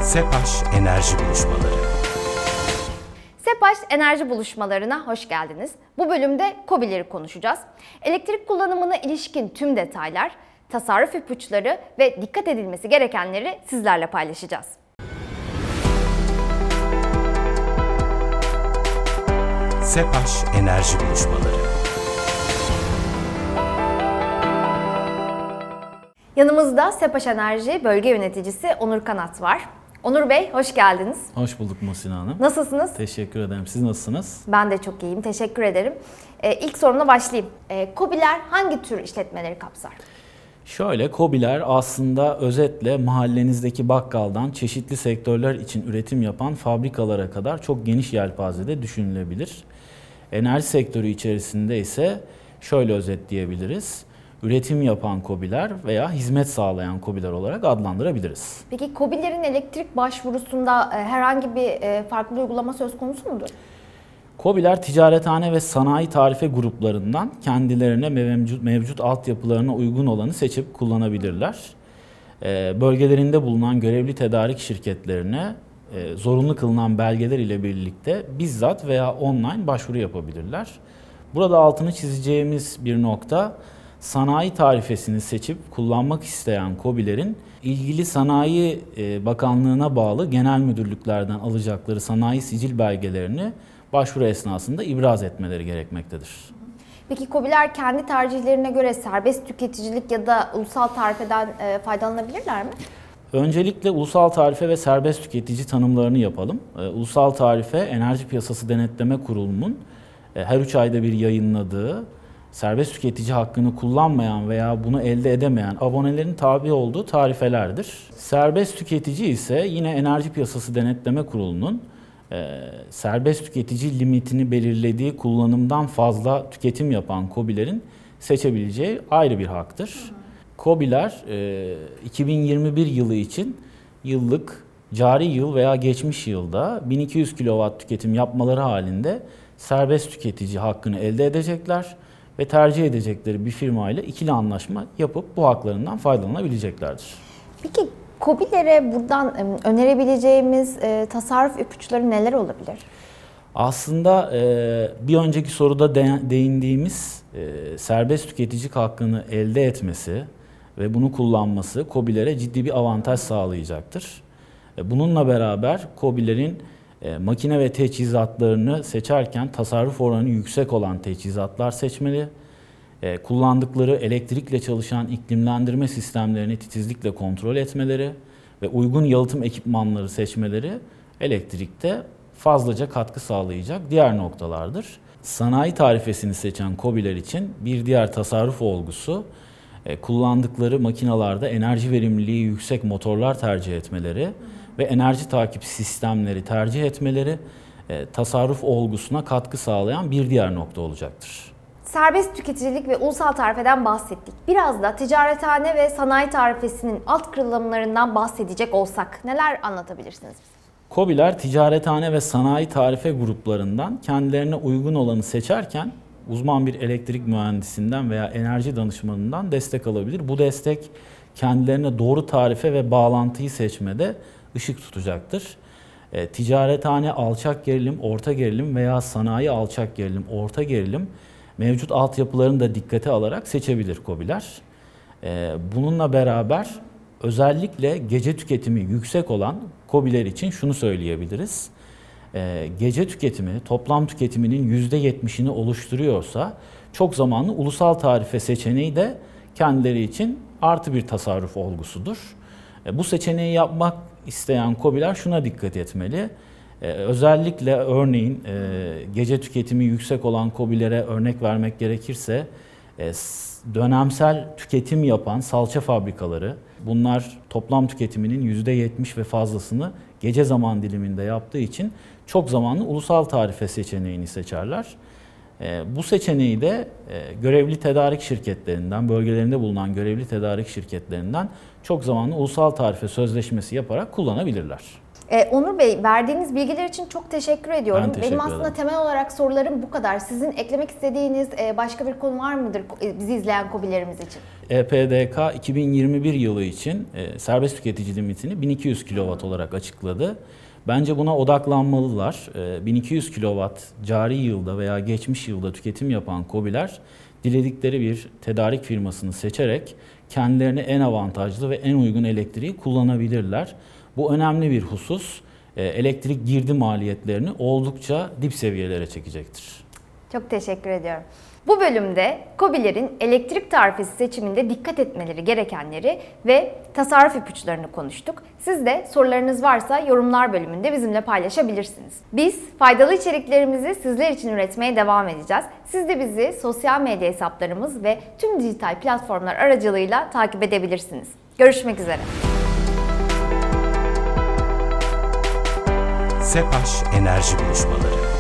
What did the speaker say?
SEPAŞ Enerji Buluşmaları. SEPAŞ Enerji Buluşmalarına hoş geldiniz. Bu bölümde KOBİ'leri konuşacağız. Elektrik kullanımına ilişkin tüm detaylar, tasarruf ipuçları ve dikkat edilmesi gerekenleri sizlerle paylaşacağız. SEPAŞ Enerji Buluşmaları. Yanımızda SEPAŞ Enerji Bölge Yöneticisi Onur Kanat var. Onur Bey, hoş geldiniz. Hoş bulduk Muhsin Hanım. Nasılsınız? Teşekkür ederim. Siz nasılsınız? Ben de çok iyiyim, teşekkür ederim. İlk sorumla başlayayım. KOBİ'ler hangi tür işletmeleri kapsar? Şöyle, KOBİ'ler aslında özetle mahallenizdeki bakkaldan çeşitli sektörler için üretim yapan fabrikalara kadar çok geniş yelpazede düşünülebilir. Enerji sektörü içerisinde ise şöyle özetleyebiliriz. Üretim yapan KOBİ'ler veya hizmet sağlayan KOBİ'ler olarak adlandırabiliriz. Peki KOBİ'lerin elektrik başvurusunda herhangi bir farklı uygulama söz konusu mudur? KOBİ'ler ticarethane ve sanayi tarife gruplarından kendilerine mevcut altyapılarına uygun olanı seçip kullanabilirler. Bölgelerinde bulunan görevli tedarik şirketlerine zorunlu kılınan belgeler ile birlikte bizzat veya online başvuru yapabilirler. Burada altını çizeceğimiz bir nokta, sanayi tarifesini seçip kullanmak isteyen KOBİ'lerin ilgili Sanayi Bakanlığı'na bağlı genel müdürlüklerden alacakları sanayi sicil belgelerini başvuru esnasında ibraz etmeleri gerekmektedir. Peki KOBİ'ler kendi tercihlerine göre serbest tüketicilik ya da ulusal tarifeden faydalanabilirler mi? Öncelikle ulusal tarife ve serbest tüketici tanımlarını yapalım. Ulusal tarife, Enerji Piyasası Denetleme Kurulu'nun her 3 ayda bir yayınladığı, serbest tüketici hakkını kullanmayan veya bunu elde edemeyen abonelerin tabi olduğu tarifelerdir. Serbest tüketici ise yine Enerji Piyasası Denetleme Kurulu'nun serbest tüketici limitini belirlediği kullanımdan fazla tüketim yapan KOBİ'lerin seçebileceği ayrı bir haktır. KOBİ'ler 2021 yılı için yıllık, cari yıl veya geçmiş yılda 1200 kW tüketim yapmaları halinde serbest tüketici hakkını elde edecekler ve tercih edecekleri bir firma ile ikili anlaşma yapıp bu haklarından faydalanabileceklerdir. Peki KOBİ'lere buradan önerebileceğimiz tasarruf ipuçları neler olabilir? Aslında bir önceki soruda değindiğimiz serbest tüketici hakkını elde etmesi ve bunu kullanması KOBİ'lere ciddi bir avantaj sağlayacaktır. Bununla beraber KOBİ'lerin makine ve teçhizatlarını seçerken tasarruf oranı yüksek olan teçhizatlar seçmeli, kullandıkları elektrikle çalışan iklimlendirme sistemlerini titizlikle kontrol etmeleri ve uygun yalıtım ekipmanları seçmeleri elektrikte fazlaca katkı sağlayacak diğer noktalardır. Sanayi tarifesini seçen KOBİ'ler için bir diğer tasarruf olgusu, kullandıkları makinalarda enerji verimliliği yüksek motorlar tercih etmeleri ve enerji takip sistemleri tercih etmeleri tasarruf olgusuna katkı sağlayan bir diğer nokta olacaktır. Serbest tüketicilik ve ulusal tarifeden bahsettik. Biraz da ticarethane ve sanayi tarifesinin alt kırılımlarından bahsedecek olsak neler anlatabilirsiniz bize? KOBİ'ler ticarethane ve sanayi tarife gruplarından kendilerine uygun olanı seçerken uzman bir elektrik mühendisinden veya enerji danışmanından destek alabilir. Bu destek kendilerine doğru tarife ve bağlantıyı seçmede ışık tutacaktır. Ticarethane alçak gerilim, orta gerilim veya sanayi alçak gerilim, orta gerilim mevcut altyapılarını da dikkate alarak seçebilir KOBİ'ler. Bununla beraber özellikle gece tüketimi yüksek olan KOBİ'ler için şunu söyleyebiliriz. Gece tüketimi toplam tüketiminin %70'ini oluşturuyorsa çok zamanlı ulusal tarife seçeneği de kendileri için artı bir tasarruf olgusudur. Bu seçeneği yapmak isteyen KOBİ'ler şuna dikkat etmeli. Özellikle örneğin gece tüketimi yüksek olan KOBİ'lere örnek vermek gerekirse dönemsel tüketim yapan salça fabrikaları, bunlar toplam tüketiminin %70 ve fazlasını gece zaman diliminde yaptığı için çok zamanlı ulusal tarife seçeneğini seçerler. Bu seçeneği de görevli tedarik şirketlerinden, bölgelerinde bulunan görevli tedarik şirketlerinden çok zamanlı ulusal tarife sözleşmesi yaparak kullanabilirler. Onur Bey, verdiğiniz bilgiler için çok teşekkür ediyorum. Ben teşekkür Benim aslında ederim. temel olarak sorularım bu kadar. Sizin eklemek istediğiniz başka bir konu var mıdır bizi izleyen KOBİ'lerimiz için? EPDK 2021 yılı için serbest tüketici limitini 1200 kW olarak açıkladı. Bence buna odaklanmalılar. 1200 kW cari yılda veya geçmiş yılda tüketim yapan KOBİ'ler diledikleri bir tedarik firmasını seçerek kendilerine en avantajlı ve en uygun elektriği kullanabilirler. Bu önemli bir husus. Elektrik girdi maliyetlerini oldukça dip seviyelere çekecektir. Çok teşekkür ediyorum. Bu bölümde KOBİ'lerin elektrik tarifesi seçiminde dikkat etmeleri gerekenleri ve tasarruf ipuçlarını konuştuk. Siz de sorularınız varsa yorumlar bölümünde bizimle paylaşabilirsiniz. Biz faydalı içeriklerimizi sizler için üretmeye devam edeceğiz. Siz de bizi sosyal medya hesaplarımız ve tüm dijital platformlar aracılığıyla takip edebilirsiniz. Görüşmek üzere. SEPAŞ Enerji Buluşmaları.